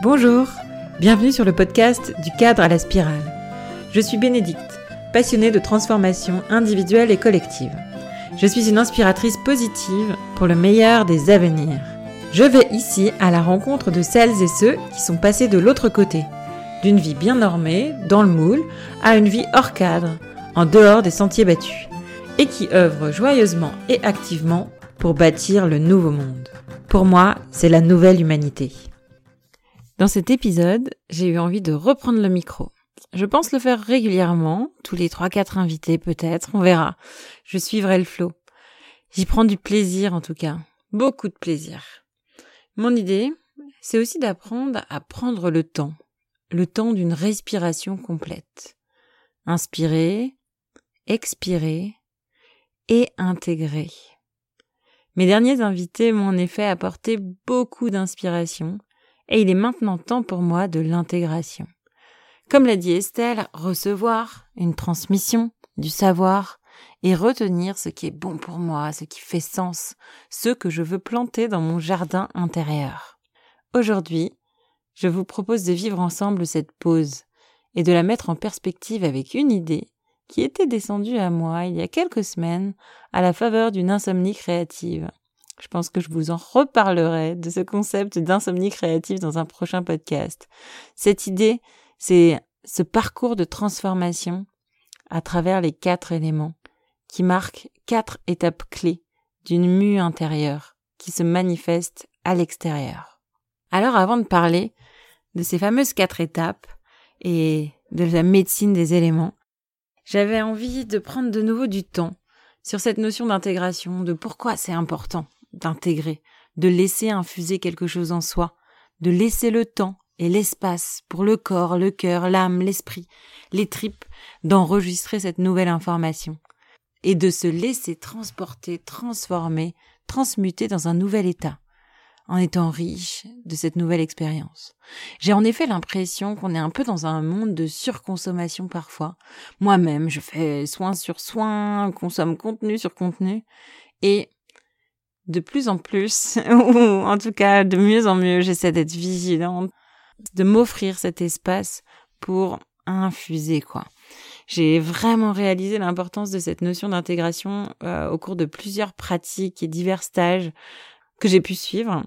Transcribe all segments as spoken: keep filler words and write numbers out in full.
Bonjour, bienvenue sur le podcast du cadre à la spirale. Je suis Bénédicte, passionnée de transformation individuelle et collective. Je suis une inspiratrice positive pour le meilleur des avenirs. Je vais ici à la rencontre de celles et ceux qui sont passés de l'autre côté, d'une vie bien normée, dans le moule, à une vie hors cadre, en dehors des sentiers battus, et qui œuvrent joyeusement et activement pour bâtir le nouveau monde. Pour moi, c'est la nouvelle humanité. Dans cet épisode, j'ai eu envie de reprendre le micro. Je pense le faire régulièrement, tous les trois quatre invités peut-être, on verra. Je suivrai le flow. J'y prends du plaisir en tout cas, beaucoup de plaisir. Mon idée, c'est aussi d'apprendre à prendre le temps, le temps d'une respiration complète. Inspirer, expirer et intégrer. Mes derniers invités m'ont en effet apporté beaucoup d'inspiration et il est maintenant temps pour moi de l'intégration. Comme l'a dit Estelle, recevoir une transmission, du savoir et retenir ce qui est bon pour moi, ce qui fait sens, ce que je veux planter dans mon jardin intérieur. Aujourd'hui, je vous propose de vivre ensemble cette pause et de la mettre en perspective avec une idée qui était descendue à moi il y a quelques semaines à la faveur d'une insomnie créative. Je pense que je vous en reparlerai de ce concept d'insomnie créative dans un prochain podcast. Cette idée, c'est ce parcours de transformation à travers les quatre éléments qui marquent quatre étapes clés d'une mue intérieure qui se manifeste à l'extérieur. Alors avant de parler de ces fameuses quatre étapes et de la médecine des éléments, j'avais envie de prendre de nouveau du temps sur cette notion d'intégration, de pourquoi c'est important d'intégrer, de laisser infuser quelque chose en soi, de laisser le temps et l'espace pour le corps, le cœur, l'âme, l'esprit, les tripes, d'enregistrer cette nouvelle information et de se laisser transporter, transformer, transmuter dans un nouvel état, en étant riche de cette nouvelle expérience. J'ai en effet l'impression qu'on est un peu dans un monde de surconsommation parfois. Moi-même, je fais soin sur soin, consomme contenu sur contenu, et de plus en plus, ou en tout cas de mieux en mieux, j'essaie d'être vigilante, de m'offrir cet espace pour infuser, quoi. J'ai vraiment réalisé l'importance de cette notion d'intégration euh, au cours de plusieurs pratiques et divers stages que j'ai pu suivre.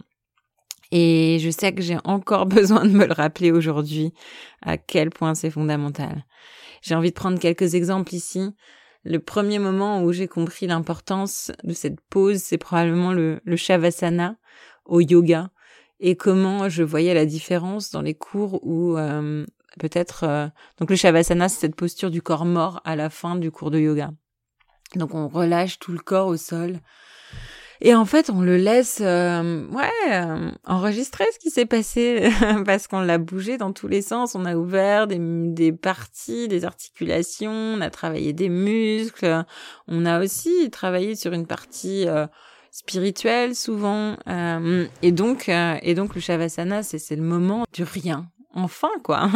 Et je sais que j'ai encore besoin de me le rappeler aujourd'hui, à quel point c'est fondamental. J'ai envie de prendre quelques exemples ici. Le premier moment où j'ai compris l'importance de cette pause, c'est probablement le, le Shavasana au yoga et comment je voyais la différence dans les cours où euh, peut-être... Euh, donc le Shavasana, c'est cette posture du corps mort à la fin du cours de yoga. Donc on relâche tout le corps au sol. Et en fait, on le laisse euh, ouais, euh, enregistrer ce qui s'est passé parce qu'on l'a bougé dans tous les sens. On a ouvert des, des parties, des articulations, on a travaillé des muscles. On a aussi travaillé sur une partie euh, spirituelle souvent. Euh, et donc, euh, et donc le Shavasana, c'est, c'est le moment du rien. Enfin, quoi.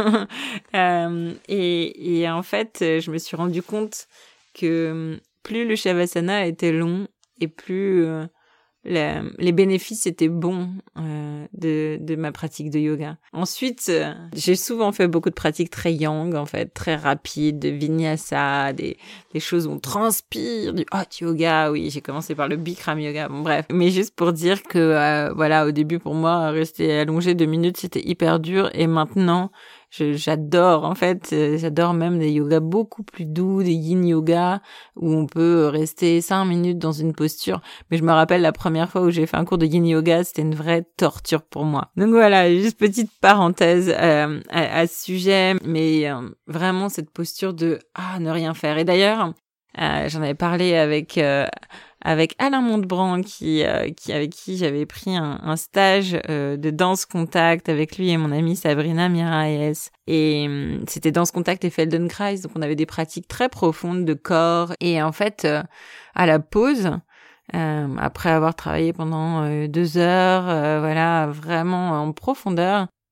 euh, et, et en fait, je me suis rendu compte que plus le Shavasana était long, et plus euh, les, les bénéfices étaient bons euh, de, de ma pratique de yoga. Ensuite, euh, j'ai souvent fait beaucoup de pratiques très yang, en fait, très rapides, de vinyasa, des, des choses où on transpire, du hot yoga, oui, j'ai commencé par le Bikram yoga, bon bref. Mais juste pour dire que, euh, voilà, au début, pour moi, rester allongé deux minutes, c'était hyper dur, et maintenant, Je, j'adore, en fait, j'adore même des yogas beaucoup plus doux, des yin yoga, où on peut rester cinq minutes dans une posture. Mais je me rappelle la première fois où j'ai fait un cours de yin yoga, c'était une vraie torture pour moi. Donc voilà, juste petite parenthèse euh, à, à ce sujet, mais euh, vraiment cette posture de ah ne rien faire. Et d'ailleurs, euh, j'en avais parlé avec euh, avec Alain Montebran qui euh, qui avec qui j'avais pris un, un stage euh, de danse contact avec lui et mon amie Sabrina Miraes, et euh, c'était danse contact et Feldenkrais, donc on avait des pratiques très profondes de corps. Et en fait euh, à la pause, euh, après avoir travaillé pendant euh, deux heures, euh, voilà, vraiment en profondeur,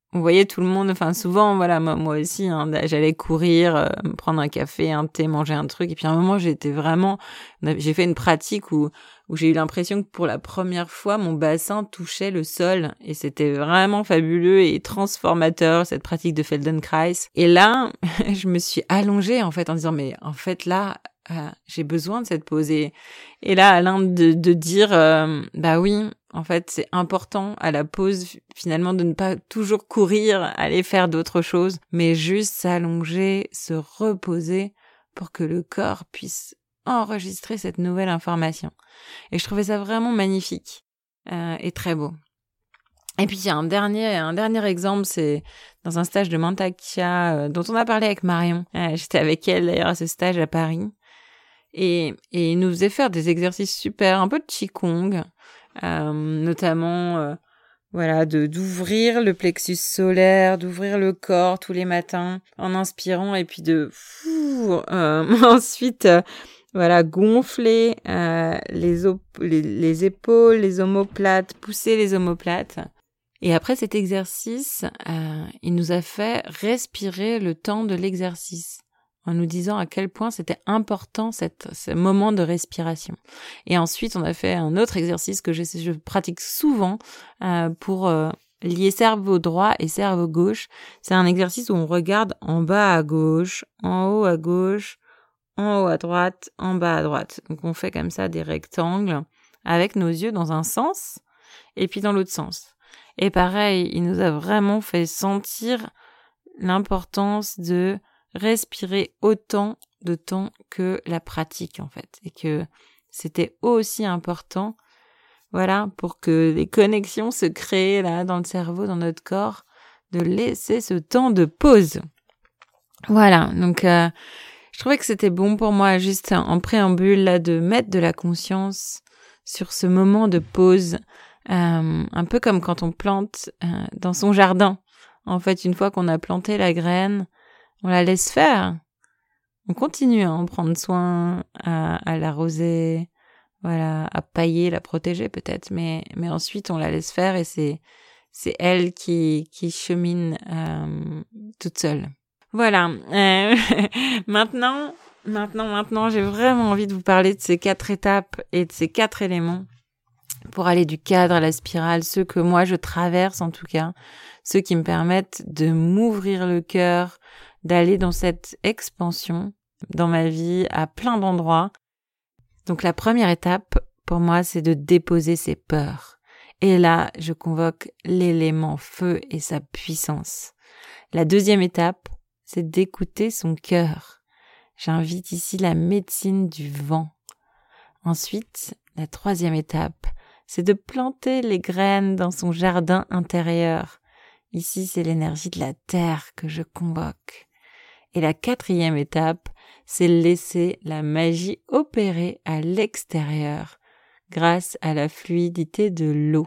vous voyez tout le monde, enfin souvent, voilà, moi, moi aussi, hein, j'allais courir, euh, prendre un café, un thé, manger un truc, et puis à un moment, j'étais vraiment, j'ai fait une pratique où où j'ai eu l'impression que pour la première fois, mon bassin touchait le sol, et c'était vraiment fabuleux et transformateur, cette pratique de Feldenkrais. Et là, je me suis allongée, en fait, en disant, mais en fait, là, euh, j'ai besoin de cette pause. Et, et là, Alain, de, de dire, euh, bah oui, en fait, c'est important à la pause, finalement, de ne pas toujours courir, aller faire d'autres choses, mais juste s'allonger, se reposer pour que le corps puisse enregistrer cette nouvelle information. Et je trouvais ça vraiment magnifique euh, et très beau. Et puis il y a un dernier, un dernier exemple, c'est dans un stage de Mantakia euh, dont on a parlé avec Marion. Euh, j'étais avec elle d'ailleurs à ce stage à Paris. Et, et il nous faisait faire des exercices super, un peu de Qigong, euh, notamment euh, voilà, de d'ouvrir le plexus solaire, d'ouvrir le corps tous les matins en inspirant et puis de fou, euh, ensuite euh, voilà, gonfler euh, les, op- les, les épaules, les omoplates, pousser les omoplates. Et après cet exercice, euh, il nous a fait respirer le temps de l'exercice en nous disant à quel point c'était important cette, ce moment de respiration. Et ensuite, on a fait un autre exercice que je, je pratique souvent euh, pour euh, lier cerveau droit et cerveau gauche. C'est un exercice où on regarde en bas à gauche, en haut à gauche, en haut à droite, en bas à droite. Donc on fait comme ça des rectangles avec nos yeux dans un sens et puis dans l'autre sens. Et pareil, il nous a vraiment fait sentir l'importance de respirer autant de temps que la pratique en fait. Et que c'était aussi important, voilà, pour que les connexions se créent là dans le cerveau, dans notre corps, de laisser ce temps de pause. Voilà, donc... Euh, Je trouvais que c'était bon pour moi, juste en préambule, là, de mettre de la conscience sur ce moment de pause, euh, un peu comme quand on plante euh, dans son jardin. En fait, une fois qu'on a planté la graine, on la laisse faire. On continue à en prendre soin, à, à l'arroser, voilà, à pailler, la protéger peut-être, mais mais ensuite on la laisse faire et c'est c'est elle qui qui chemine euh, toute seule. Voilà. Euh, maintenant, maintenant, maintenant, j'ai vraiment envie de vous parler de ces quatre étapes et de ces quatre éléments pour aller du cadre à la spirale, ceux que moi je traverse en tout cas, ceux qui me permettent de m'ouvrir le cœur, d'aller dans cette expansion dans ma vie à plein d'endroits. Donc la première étape pour moi, c'est de déposer ses peurs. Et là, je convoque l'élément feu et sa puissance. La deuxième étape, c'est d'écouter son cœur. J'invite ici la médecine du vent. Ensuite, la troisième étape, c'est de planter les graines dans son jardin intérieur. Ici, c'est l'énergie de la terre que je convoque. Et la quatrième étape, c'est laisser la magie opérer à l'extérieur grâce à la fluidité de l'eau.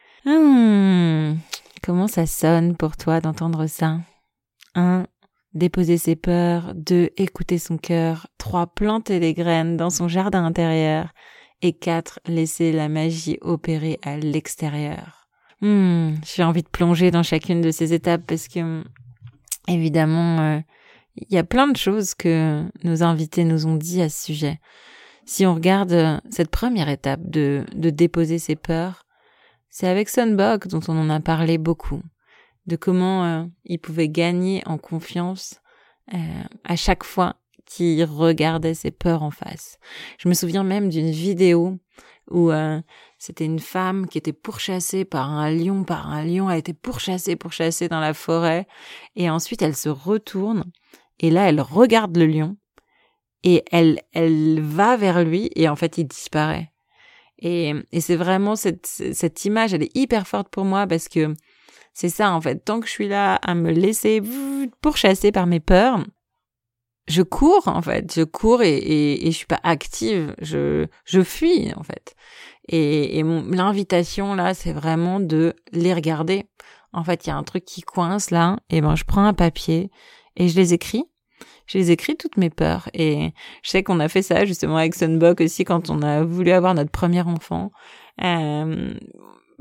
Hum, comment ça sonne pour toi d'entendre ça? un. Déposer ses peurs. deux. Écouter son cœur. trois. Planter les graines dans son jardin intérieur. Et quatre. Laisser la magie opérer à l'extérieur. Hum, j'ai envie de plonger dans chacune de ces étapes parce que, évidemment, euh, il y a plein de choses que nos invités nous ont dit à ce sujet. Si on regarde cette première étape de, de déposer ses peurs, c'est avec Sun Bok dont on en a parlé beaucoup, de comment euh, il pouvait gagner en confiance euh, à chaque fois qu'il regardait ses peurs en face. Je me souviens même d'une vidéo où euh, c'était une femme qui était pourchassée par un lion, par un lion, elle était pourchassée, pourchassée dans la forêt, et ensuite elle se retourne, et là elle regarde le lion, et elle, elle va vers lui, et en fait il disparaît. Et, et c'est vraiment cette, cette image, elle est hyper forte pour moi, parce que c'est ça en fait, tant que je suis là à me laisser pourchasser par mes peurs, je cours en fait, je cours et, et, et je suis pas active, je, je fuis en fait. Et, et mon, l'invitation là, c'est vraiment de les regarder. En fait, il y a un truc qui coince là, et ben je prends un papier et je les écris. Je les écris toutes mes peurs. Et je sais qu'on a fait ça justement avec Sun Bok aussi quand on a voulu avoir notre premier enfant. Euh,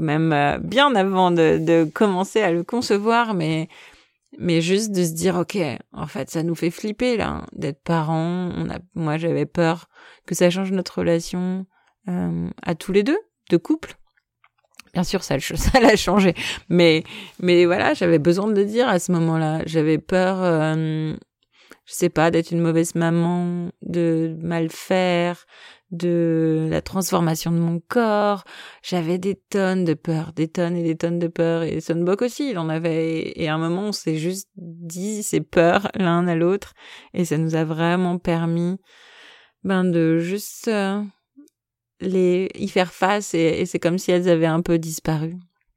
même euh, bien avant de, de commencer à le concevoir, mais mais juste de se dire ok, en fait, ça nous fait flipper là, hein, d'être parents. On a, moi, j'avais peur que ça change notre relation euh, à tous les deux, de couple. Bien sûr, ça, ça l'a changé, mais mais voilà, j'avais besoin de le dire à ce moment-là. J'avais peur. Euh, je sais pas, d'être une mauvaise maman, de mal faire, de la transformation de mon corps. J'avais des tonnes de peur, des tonnes et des tonnes de peur. Et Sunbok aussi, il en avait. Et à un moment, on s'est juste dit ces peurs l'un à l'autre. Et ça nous a vraiment permis ben, de juste euh, les y faire face. Et, et c'est comme si elles avaient un peu disparu.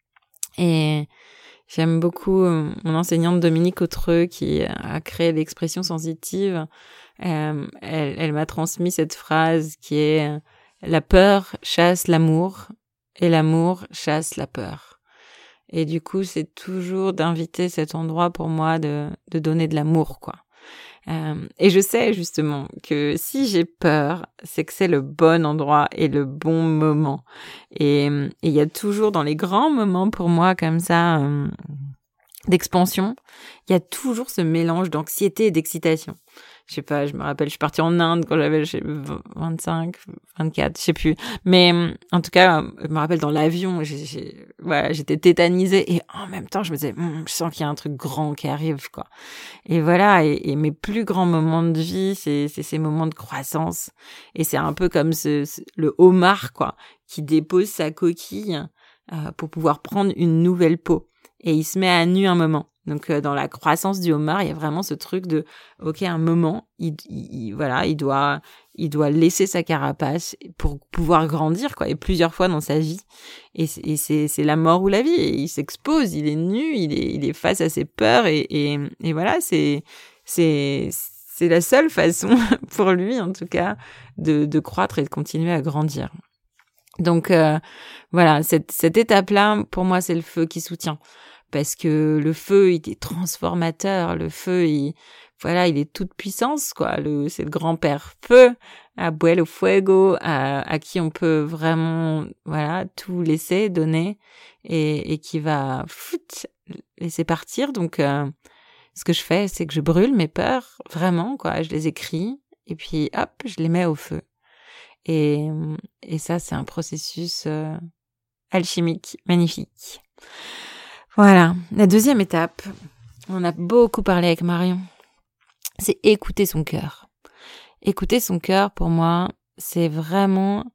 Et j'aime beaucoup euh, mon enseignante Dominique Autreux qui a créé l'expression sensitive. Euh, elle, elle m'a transmis cette phrase qui est euh, « La peur chasse l'amour et l'amour chasse la peur ». Et du coup, c'est toujours d'inviter cet endroit pour moi de, de donner de l'amour, quoi. Euh, et je sais justement que si j'ai peur, c'est que c'est le bon endroit et le bon moment. Et il y a toujours dans les grands moments pour moi comme ça euh, d'expansion, il y a toujours ce mélange d'anxiété et d'excitation. Je sais pas, je me rappelle, je suis partie en Inde quand j'avais vingt-cinq, vingt-quatre, je sais plus. Mais en tout cas, je me rappelle dans l'avion, j'ai, j'ai, voilà, j'étais tétanisée et en même temps, je me disais, hm, je sens qu'il y a un truc grand qui arrive, quoi. Et voilà, et, et mes plus grands moments de vie, c'est, c'est ces moments de croissance. Et c'est un peu comme ce, ce, le homard, quoi, qui dépose sa coquille euh, pour pouvoir prendre une nouvelle peau. Et il se met à nu un moment. Donc euh, dans la croissance du homard, il y a vraiment ce truc de OK, un moment, il, il, il voilà, il doit il doit laisser sa carapace pour pouvoir grandir, quoi, et plusieurs fois dans sa vie. Et c'est et c'est c'est la mort ou la vie, et il s'expose, il est nu, il est il est face à ses peurs et et et voilà, c'est c'est c'est la seule façon pour lui en tout cas de de croître et de continuer à grandir. Donc euh, voilà, cette cette étape-là pour moi, c'est le feu qui soutient. Parce que le feu, il est transformateur. Le feu, il, voilà, il est toute puissance, quoi. Le, c'est le grand-père feu, abuelo fuego, à, à qui on peut vraiment, voilà, tout laisser, donner, et, et qui va, fout, laisser partir. Donc, euh, ce que je fais, c'est que je brûle mes peurs, vraiment, quoi. Je les écris, et puis, hop, je les mets au feu. Et, et ça, c'est un processus euh, alchimique, magnifique. Voilà, la deuxième étape, on a beaucoup parlé avec Marion, c'est écouter son cœur. Écouter son cœur, pour moi, c'est vraiment,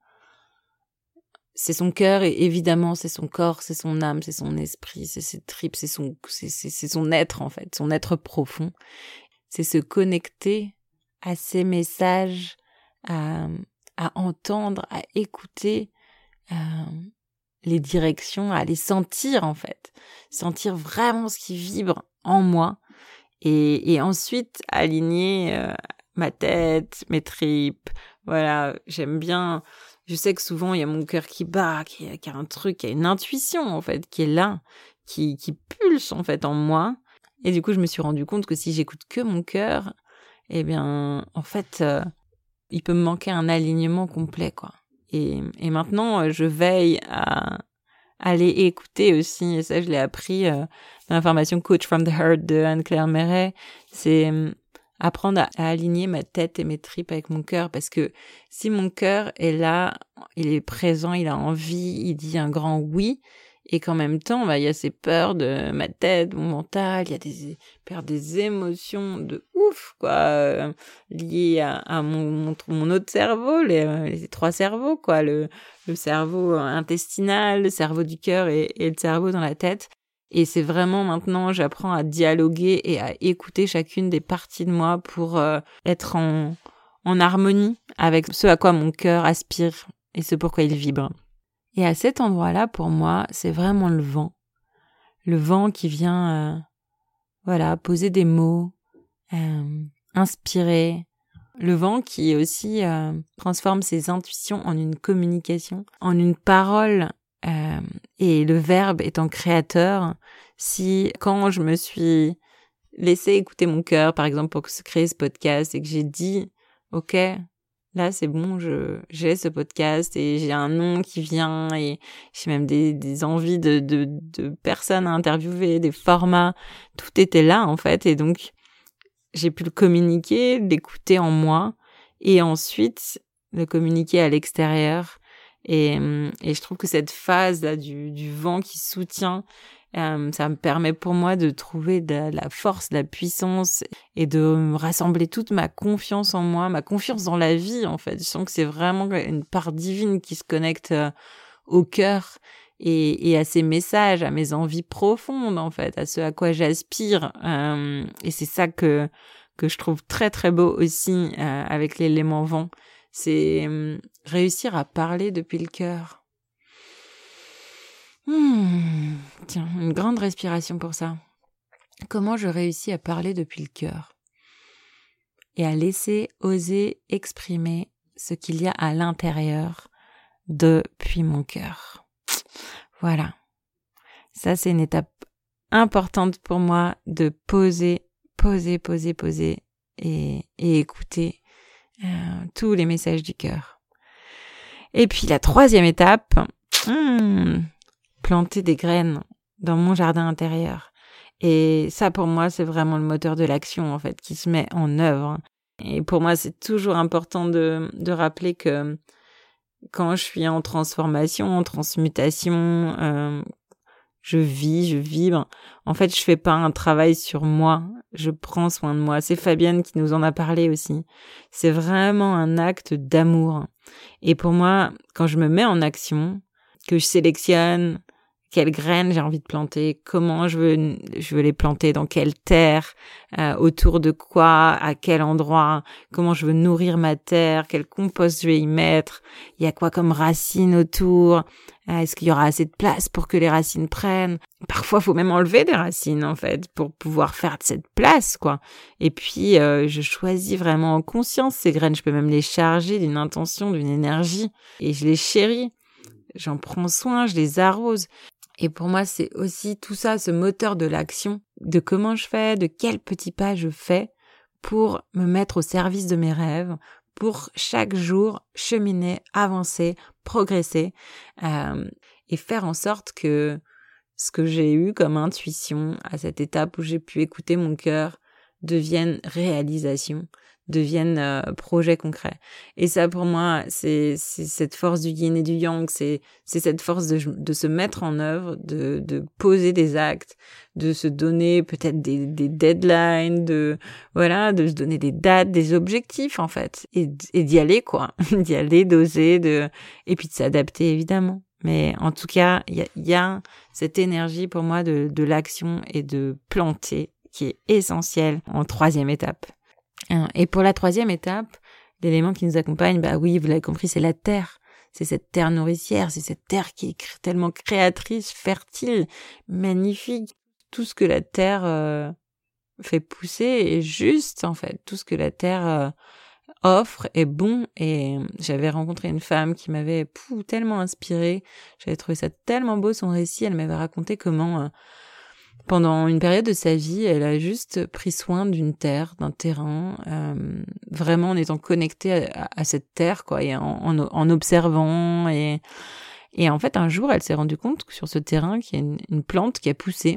c'est son cœur et évidemment c'est son corps, c'est son âme, c'est son esprit, c'est ses tripes, c'est son, c'est, c'est, c'est son être en fait, son être profond. C'est se connecter à ses messages, à, à entendre, à écouter, euh, les directions, à les sentir en fait, sentir vraiment ce qui vibre en moi et, et ensuite aligner euh, ma tête, mes tripes, voilà, j'aime bien, je sais que souvent il y a mon cœur qui bat, qui a, qui a un truc, qui a une intuition en fait, qui est là, qui, qui pulse en fait en moi et du coup je me suis rendu compte que si j'écoute que mon cœur, eh bien en fait euh, il peut me manquer un alignement complet quoi. Et, et maintenant, je veille à aller écouter aussi, et ça, je l'ai appris euh, dans la formation Coach from the Heart de Anne-Claire Méret, c'est euh, apprendre à, à aligner ma tête et mes tripes avec mon cœur, parce que si mon cœur est là, il est présent, il a envie, il dit un grand oui, et qu'en même temps, bah, il y a ces peurs de ma tête, mon mental, il y a des peurs, des émotions de ouf, quoi, euh, liées à, à mon, mon, mon autre cerveau, les, les trois cerveaux, quoi, le, le cerveau intestinal, le cerveau du cœur et, et le cerveau dans la tête. Et c'est vraiment maintenant, j'apprends à dialoguer et à écouter chacune des parties de moi pour euh, être en, en harmonie avec ce à quoi mon cœur aspire et ce pourquoi il vibre. Et à cet endroit-là, pour moi, c'est vraiment le vent. Le vent qui vient, euh, voilà, poser des mots, euh, inspirer. Le vent qui aussi euh, transforme ses intuitions en une communication, en une parole. Euh, et le verbe étant créateur, si quand je me suis laissé écouter mon cœur, par exemple, pour créer ce podcast, et que j'ai dit, ok, là c'est bon, je j'ai ce podcast et j'ai un nom qui vient et j'ai même des des envies de de de personnes à interviewer, des formats, tout était là en fait et donc j'ai pu le communiquer, l'écouter en moi et ensuite le communiquer à l'extérieur et et je trouve que cette phase là du du vent qui soutient, Euh, ça me permet pour moi de trouver de la, la force, de la puissance et de me rassembler toute ma confiance en moi, ma confiance dans la vie en fait. Je sens que c'est vraiment une part divine qui se connecte euh, au cœur et, et à ces messages, à mes envies profondes en fait, à ce à quoi j'aspire. Euh, et c'est ça que que je trouve très très beau aussi euh, avec l'élément vent, c'est euh, réussir à parler depuis le cœur. Hmm, tiens, une grande respiration pour ça. Comment je réussis à parler depuis le cœur et à laisser oser exprimer ce qu'il y a à l'intérieur depuis mon cœur. Voilà. Ça, c'est une étape importante pour moi de poser, poser, poser, poser et, et écouter euh, tous les messages du cœur. Et puis la troisième étape, hmm, planter des graines dans mon jardin intérieur. Et ça, pour moi, c'est vraiment le moteur de l'action, en fait, qui se met en œuvre. Et pour moi, c'est toujours important de, de rappeler que quand je suis en transformation, en transmutation, euh, je vis, je vibre. En fait, je fais pas un travail sur moi. Je prends soin de moi. C'est Fabienne qui nous en a parlé aussi. C'est vraiment un acte d'amour. Et pour moi, quand je me mets en action, que je sélectionne quelles graines j'ai envie de planter, comment je veux, je veux les planter, dans quelle terre, euh, autour de quoi, à quel endroit, comment je veux nourrir ma terre, quel compost je vais y mettre, il y a quoi comme racines autour, euh, est-ce qu'il y aura assez de place pour que les racines prennent. Parfois, il faut même enlever des racines, en fait, pour pouvoir faire de cette place, quoi. Et puis, euh, je choisis vraiment en conscience ces graines, je peux même les charger d'une intention, d'une énergie, et je les chéris. J'en prends soin, je les arrose. Et pour moi, c'est aussi tout ça, ce moteur de l'action, de comment je fais, de quel petit pas je fais pour me mettre au service de mes rêves, pour chaque jour cheminer, avancer, progresser, euh, et faire en sorte que ce que j'ai eu comme intuition à cette étape où j'ai pu écouter mon cœur devienne réalisation, deviennent euh, projets concrets. Et ça, pour moi, c'est, c'est cette force du yin et du yang, c'est, c'est cette force de, de se mettre en œuvre, de, de poser des actes, de se donner peut-être des, des deadlines, de, voilà, de se donner des dates, des objectifs, en fait, et, et d'y aller, quoi, d'y aller, d'oser, de, et puis de s'adapter, évidemment. Mais en tout cas, il y a, y a cette énergie pour moi de, de l'action et de planter qui est essentielle en troisième étape. Et pour la troisième étape, l'élément qui nous accompagne, bah oui, vous l'avez compris, c'est la terre. C'est cette terre nourricière, c'est cette terre qui est tellement créatrice, fertile, magnifique. Tout ce que la terre euh, fait pousser est juste, en fait. Tout ce que la terre euh, offre est bon. Et j'avais rencontré une femme qui m'avait pou, tellement inspirée. J'avais trouvé ça tellement beau, son récit. Elle m'avait raconté comment... Euh, Pendant une période de sa vie, elle a juste pris soin d'une terre, d'un terrain, euh, vraiment en étant connectée à, à cette terre, quoi, et en, en, en observant. Et, et en fait, un jour, elle s'est rendue compte que sur ce terrain, qu'il y a une, une plante qui a poussé.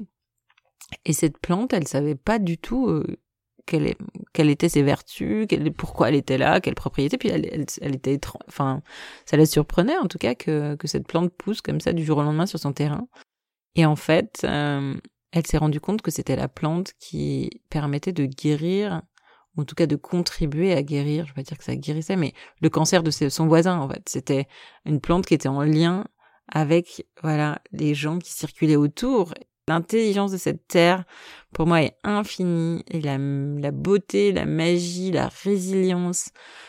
Et cette plante, elle savait pas du tout euh, quelle, quelles étaient ses vertus, quelle, pourquoi elle était là, quelle propriété. Puis elle, elle, elle était, enfin, ça la surprenait en tout cas que, que cette plante pousse comme ça du jour au lendemain sur son terrain. Et en fait, euh, elle s'est rendue compte que c'était la plante qui permettait de guérir, ou en tout cas de contribuer à guérir, je ne vais pas dire que ça guérissait, mais le cancer de son voisin, en fait. C'était une plante qui était en lien avec, voilà, les gens qui circulaient autour. L'intelligence de cette terre, pour moi, est infinie, et la, la beauté, la magie, la résilience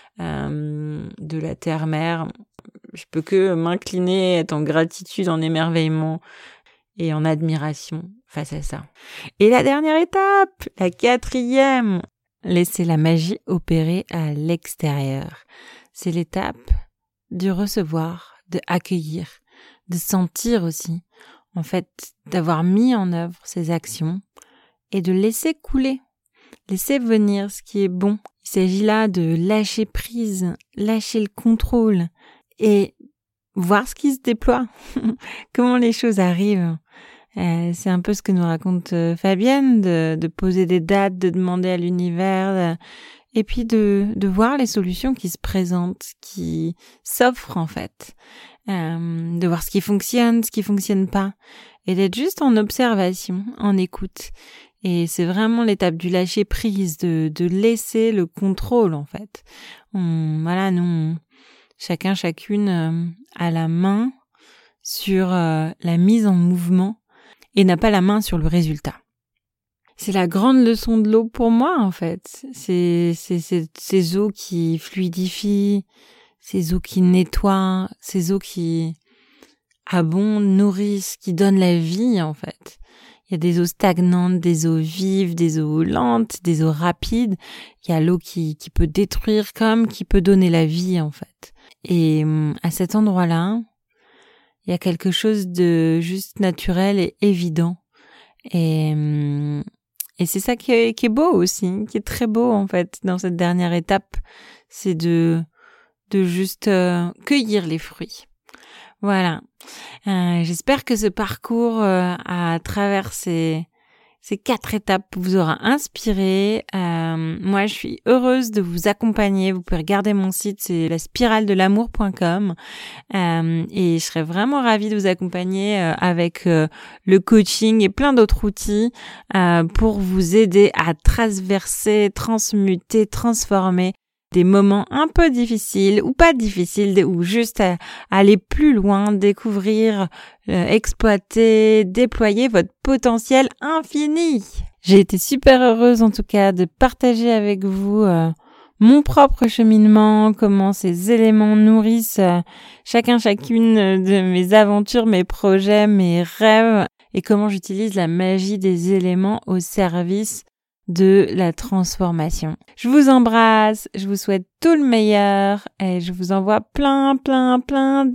euh, de la terre-mère. Je peux que m'incliner, être en gratitude, en émerveillement, et en admiration face à ça. Et la dernière étape, la quatrième, laisser la magie opérer à l'extérieur. C'est l'étape du recevoir, de accueillir, de sentir aussi, en fait, d'avoir mis en œuvre ces actions et de laisser couler. laisser venir ce qui est bon. Il s'agit là de lâcher prise, lâcher le contrôle et voir ce qui se déploie, comment les choses arrivent. Euh, c'est un peu ce que nous raconte euh, Fabienne, de, de poser des dates, de demander à l'univers, de, et puis de, de voir les solutions qui se présentent, qui s'offrent en fait, euh, de voir ce qui fonctionne, ce qui fonctionne pas, et d'être juste en observation, en écoute. Et c'est vraiment l'étape du lâcher prise, de, de laisser le contrôle en fait. On, voilà, nous, on, chacun, chacune euh, a la main sur euh, la mise en mouvement et n'a pas la main sur le résultat. C'est la grande leçon de l'eau pour moi, en fait. C'est, c'est, c'est ces eaux qui fluidifient, ces eaux qui nettoient, ces eaux qui abondent, nourrissent, qui donnent la vie, en fait. Il y a des eaux stagnantes, des eaux vives, des eaux lentes, des eaux rapides. Il y a l'eau qui, qui peut détruire comme qui peut donner la vie, en fait. Et à cet endroit-là, il y a quelque chose de juste naturel et évident. Et, et c'est ça qui est, qui est beau aussi, qui est très beau en fait dans cette dernière étape. C'est de, de juste euh, cueillir les fruits. Voilà. Euh, j'espère que ce parcours euh, à travers ces, ces quatre étapes vous aura inspiré. Euh, moi, je suis heureuse de vous accompagner. Vous pouvez regarder mon site, c'est la spirale de l'amour point com. Euh, et je serais vraiment ravie de vous accompagner euh, avec euh, le coaching et plein d'autres outils euh, pour vous aider à traverser, transmuter, transformer des moments un peu difficiles ou pas difficiles ou juste à, à aller plus loin, découvrir, euh, exploiter, déployer votre potentiel infini. J'ai été super heureuse en tout cas de partager avec vous euh, mon propre cheminement, comment ces éléments nourrissent euh, chacun chacune de mes aventures, mes projets, mes rêves et comment j'utilise la magie des éléments au service de la transformation. Je vous embrasse, je vous souhaite tout le meilleur et je vous envoie plein, plein, plein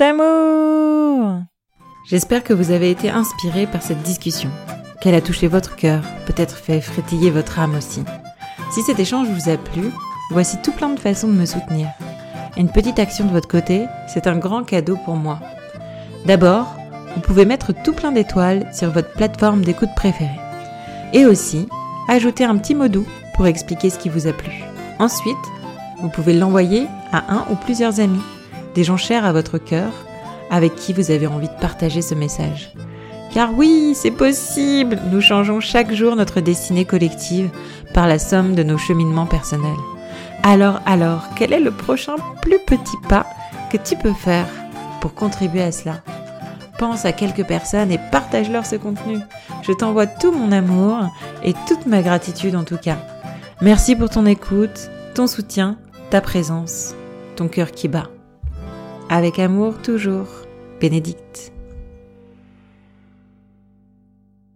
d'amour. J'espère que vous avez été inspirés par cette discussion, qu'elle a touché votre cœur, peut-être fait frétiller votre âme aussi. Si cet échange vous a plu, voici tout plein de façons de me soutenir. Une petite action de votre côté, c'est un grand cadeau pour moi. D'abord, vous pouvez mettre tout plein d'étoiles sur votre plateforme d'écoute préférée. Et aussi, ajouter un petit mot doux pour expliquer ce qui vous a plu. Ensuite, vous pouvez l'envoyer à un ou plusieurs amis, des gens chers à votre cœur, avec qui vous avez envie de partager ce message. Car oui, c'est possible, nous changeons chaque jour notre destinée collective par la somme de nos cheminements personnels. Alors, alors, quel est le prochain plus petit pas que tu peux faire pour contribuer à cela ? Pense à quelques personnes et partage-leur ce contenu. Je t'envoie tout mon amour et toute ma gratitude en tout cas. Merci pour ton écoute, ton soutien, ta présence, ton cœur qui bat. Avec amour toujours, Bénédicte.